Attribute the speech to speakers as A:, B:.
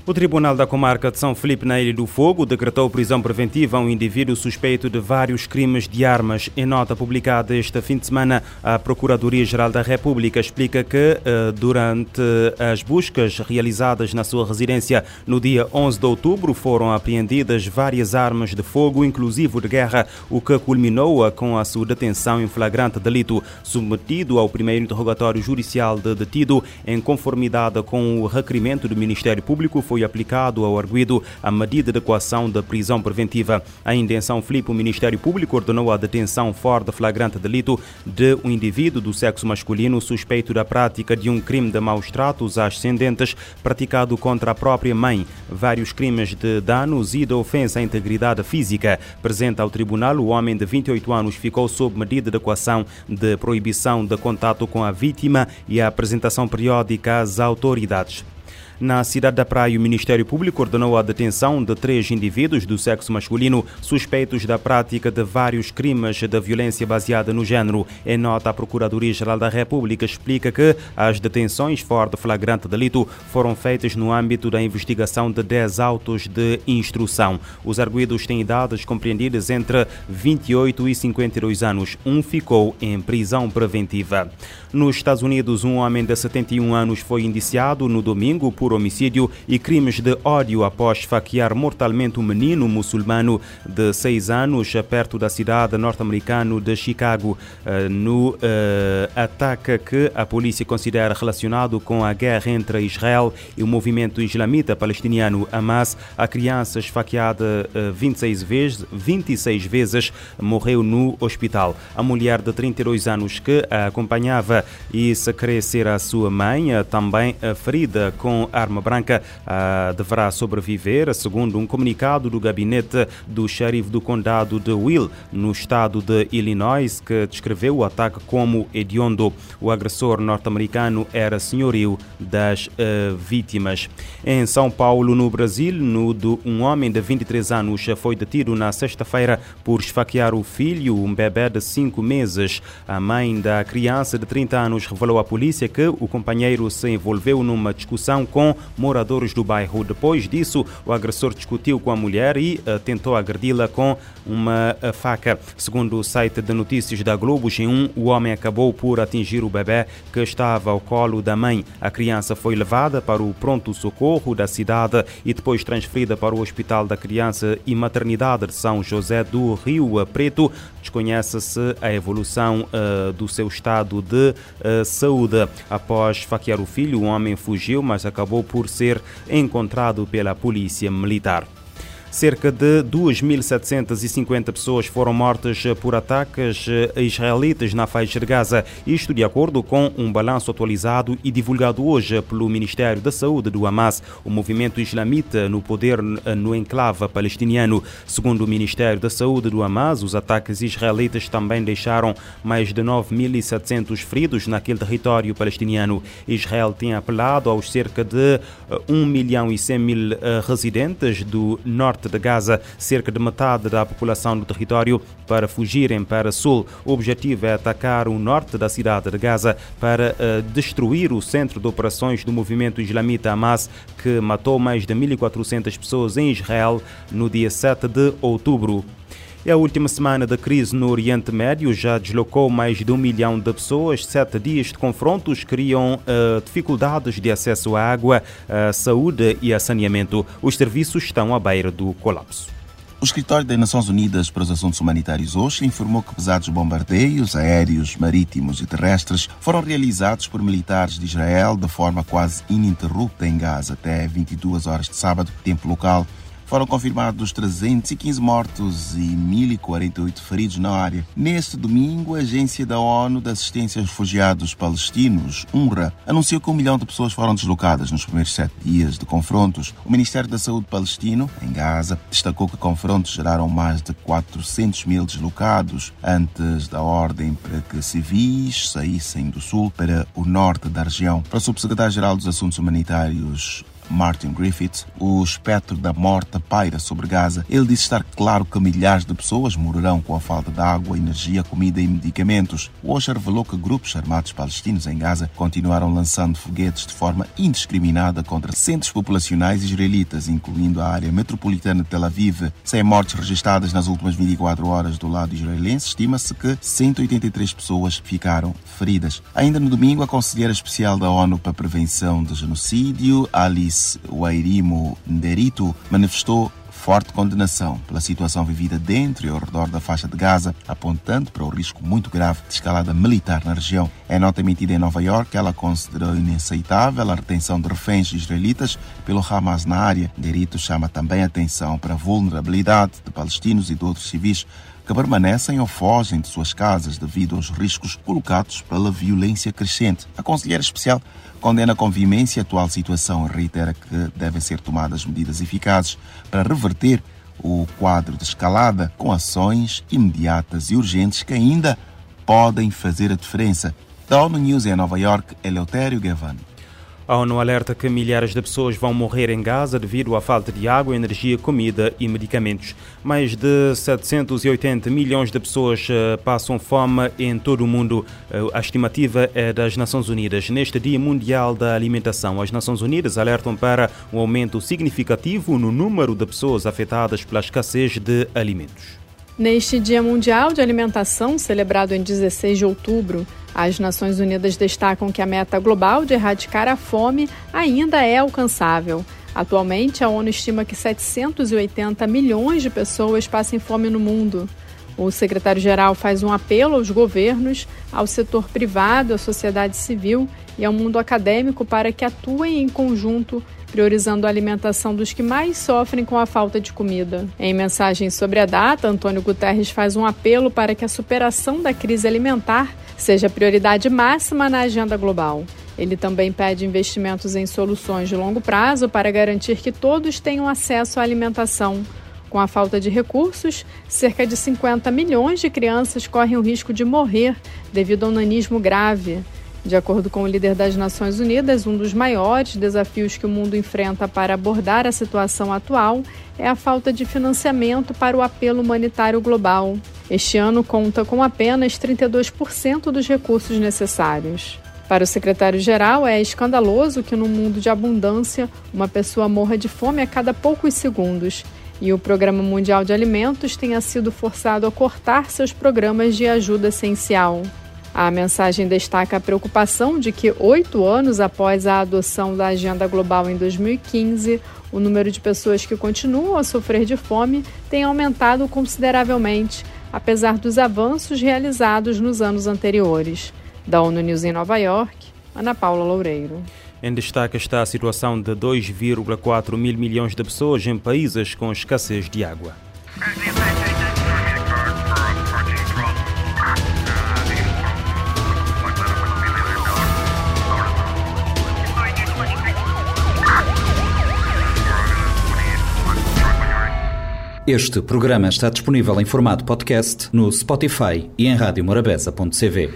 A: O Tribunal da Comarca de São Filipe, na Ilha do Fogo, decretou prisão preventiva a um indivíduo suspeito de vários crimes de armas. Em nota publicada este fim de semana, a Procuradoria-Geral da República explica que, durante as buscas realizadas na sua residência no dia 11 de outubro, foram apreendidas várias armas de fogo, inclusive de guerra, o que culminou com a sua detenção em flagrante delito. Submetido ao primeiro interrogatório judicial de detido, em conformidade com o requerimento do Ministério Público, foi aplicado ao arguido a medida de coação da prisão preventiva. Ainda em São Filipe, o Ministério Público ordenou a detenção fora de flagrante delito de um indivíduo do sexo masculino suspeito da prática de um crime de maus tratos às ascendentes praticado contra a própria mãe, vários crimes de danos e de ofensa à integridade física. Presente ao tribunal, o homem de 28 anos ficou sob medida de coação de proibição de contato com a vítima e a apresentação periódica às autoridades. Na cidade da Praia, o Ministério Público ordenou a detenção de 3 indivíduos do sexo masculino suspeitos da prática de vários crimes de violência baseada no género. Em nota, a Procuradoria-Geral da República explica que as detenções fora de flagrante delito foram feitas no âmbito da investigação de 10 autos de instrução. Os arguidos têm idades compreendidas entre 28 e 52 anos. Um ficou em prisão preventiva. Nos Estados Unidos, um homem de 71 anos foi indiciado no domingo por homicídio e crimes de ódio após esfaquear mortalmente um menino muçulmano de 6 anos perto da cidade norte-americana de Chicago, no ataque que a polícia considera relacionado com a guerra entre Israel e o movimento islamita palestiniano Hamas. A criança esfaqueada 26 vezes morreu no hospital. A mulher de 32 anos que a acompanhava e se querer ser a sua mãe, também ferida com arma branca, deverá sobreviver, segundo um comunicado do gabinete do xerife do condado de Will, no estado de Illinois, que descreveu o ataque como hediondo. O agressor norte-americano era senhorio das vítimas. Em São Paulo, no Brasil, um homem de 23 anos foi detido na sexta-feira por esfaquear o filho, um bebê de 5 meses. A mãe da criança de 30 anos revelou à polícia que o companheiro se envolveu numa discussão com moradores do bairro. Depois disso, o agressor discutiu com a mulher e tentou agredi-la com uma faca. Segundo o site de notícias da Globo G1, o homem acabou por atingir o bebê que estava ao colo da mãe. A criança foi levada para o pronto-socorro da cidade e depois transferida para o Hospital da Criança e Maternidade de São José do Rio Preto. Desconhece-se a evolução do seu estado de saúde. Após esfaquear o filho, o homem fugiu, mas acabou por ser encontrado pela polícia militar. Cerca de 2.750 pessoas foram mortas por ataques israelitas na faixa de Gaza, isto de acordo com um balanço atualizado e divulgado hoje pelo Ministério da Saúde do Hamas, o movimento islamita no poder no enclave palestiniano. Segundo o Ministério da Saúde do Hamas, os ataques israelitas também deixaram mais de 9.700 feridos naquele território palestiniano. Israel tem apelado aos cerca de 1.100.000 residentes do norte de Gaza, cerca de metade da população do território, para fugirem para sul. O objetivo é atacar o norte da cidade de Gaza para destruir o centro de operações do movimento islamita Hamas, que matou mais de 1.400 pessoas em Israel no dia 7 de outubro. E a última semana da crise no Oriente Médio já deslocou mais de 1 milhão de pessoas. 7 dias de confrontos criam dificuldades de acesso à água, à saúde e a saneamento. Os serviços estão à beira do colapso.
B: O Escritório das Nações Unidas para os Assuntos Humanitários OCHA informou que pesados bombardeios aéreos, marítimos e terrestres foram realizados por militares de Israel de forma quase ininterrupta em Gaza até 22 horas de sábado, tempo local. Foram confirmados 315 mortos e 1.048 feridos na área. Neste domingo, a Agência da ONU de Assistência aos Refugiados Palestinos, UNRWA, anunciou que 1 milhão de pessoas foram deslocadas nos primeiros 7 dias de confrontos. O Ministério da Saúde palestino, em Gaza, destacou que confrontos geraram mais de 400 mil deslocados antes da ordem para que civis saíssem do sul para o norte da região. Para o subsecretário-geral dos Assuntos Humanitários, Martin Griffiths, o espectro da morte paira sobre Gaza. Ele disse estar claro que milhares de pessoas morrerão com a falta de água, energia, comida e medicamentos. O OCHA revelou que grupos armados palestinos em Gaza continuaram lançando foguetes de forma indiscriminada contra centros populacionais israelitas, incluindo a área metropolitana de Tel Aviv. Sem mortes registradas nas últimas 24 horas do lado israelense, estima-se que 183 pessoas ficaram feridas. Ainda no domingo, a conselheira especial da ONU para a Prevenção do Genocídio, Alice Wairimu Nderito, manifestou forte condenação pela situação vivida dentro e ao redor da faixa de Gaza, apontando para o risco muito grave de escalada militar na região. Em nota emitida em Nova Iorque, ela considerou inaceitável a retenção de reféns israelitas pelo Hamas na área. Nderito chama também a atenção para a vulnerabilidade de palestinos e de outros civis que permanecem ou fogem de suas casas devido aos riscos colocados pela violência crescente. A conselheira especial condena com veemência a atual situação e reitera que devem ser tomadas medidas eficazes para reverter o quadro de escalada com ações imediatas e urgentes que ainda podem fazer a diferença. Da ONU News em Nova Iorque, Eleutério Gavan.
A: A ONU alerta que milhares de pessoas vão morrer em Gaza devido à falta de água, energia, comida e medicamentos. Mais de 780 milhões de pessoas passam fome em todo o mundo. A estimativa é das Nações Unidas. Neste Dia Mundial da Alimentação, as Nações Unidas alertam para um aumento significativo no número de pessoas afetadas pela escassez de alimentos.
C: Neste Dia Mundial de Alimentação, celebrado em 16 de outubro, as Nações Unidas destacam que a meta global de erradicar a fome ainda é alcançável. Atualmente, a ONU estima que 780 milhões de pessoas passem fome no mundo. O secretário-geral faz um apelo aos governos, ao setor privado, à sociedade civil e ao mundo acadêmico para que atuem em conjunto, priorizando a alimentação dos que mais sofrem com a falta de comida. Em mensagem sobre a data, Antônio Guterres faz um apelo para que a superação da crise alimentar seja a prioridade máxima na agenda global. Ele também pede investimentos em soluções de longo prazo para garantir que todos tenham acesso à alimentação. Com a falta de recursos, cerca de 50 milhões de crianças correm o risco de morrer devido a um nanismo grave. De acordo com o líder das Nações Unidas, um dos maiores desafios que o mundo enfrenta para abordar a situação atual é a falta de financiamento para o apelo humanitário global. Este ano conta com apenas 32% dos recursos necessários. Para o secretário-geral, é escandaloso que, num mundo de abundância, uma pessoa morra de fome a cada poucos segundos e o Programa Mundial de Alimentos tenha sido forçado a cortar seus programas de ajuda essencial. A mensagem destaca a preocupação de que, 8 anos após a adoção da Agenda Global em 2015, o número de pessoas que continuam a sofrer de fome tem aumentado consideravelmente, apesar dos avanços realizados nos anos anteriores. Da ONU News em Nova Iorque, Ana Paula Loureiro.
A: Em destaque está a situação de 2,4 mil milhões de pessoas em países com escassez de água.
D: Este programa está disponível em formato podcast no Spotify e em radiomorabeza.cv.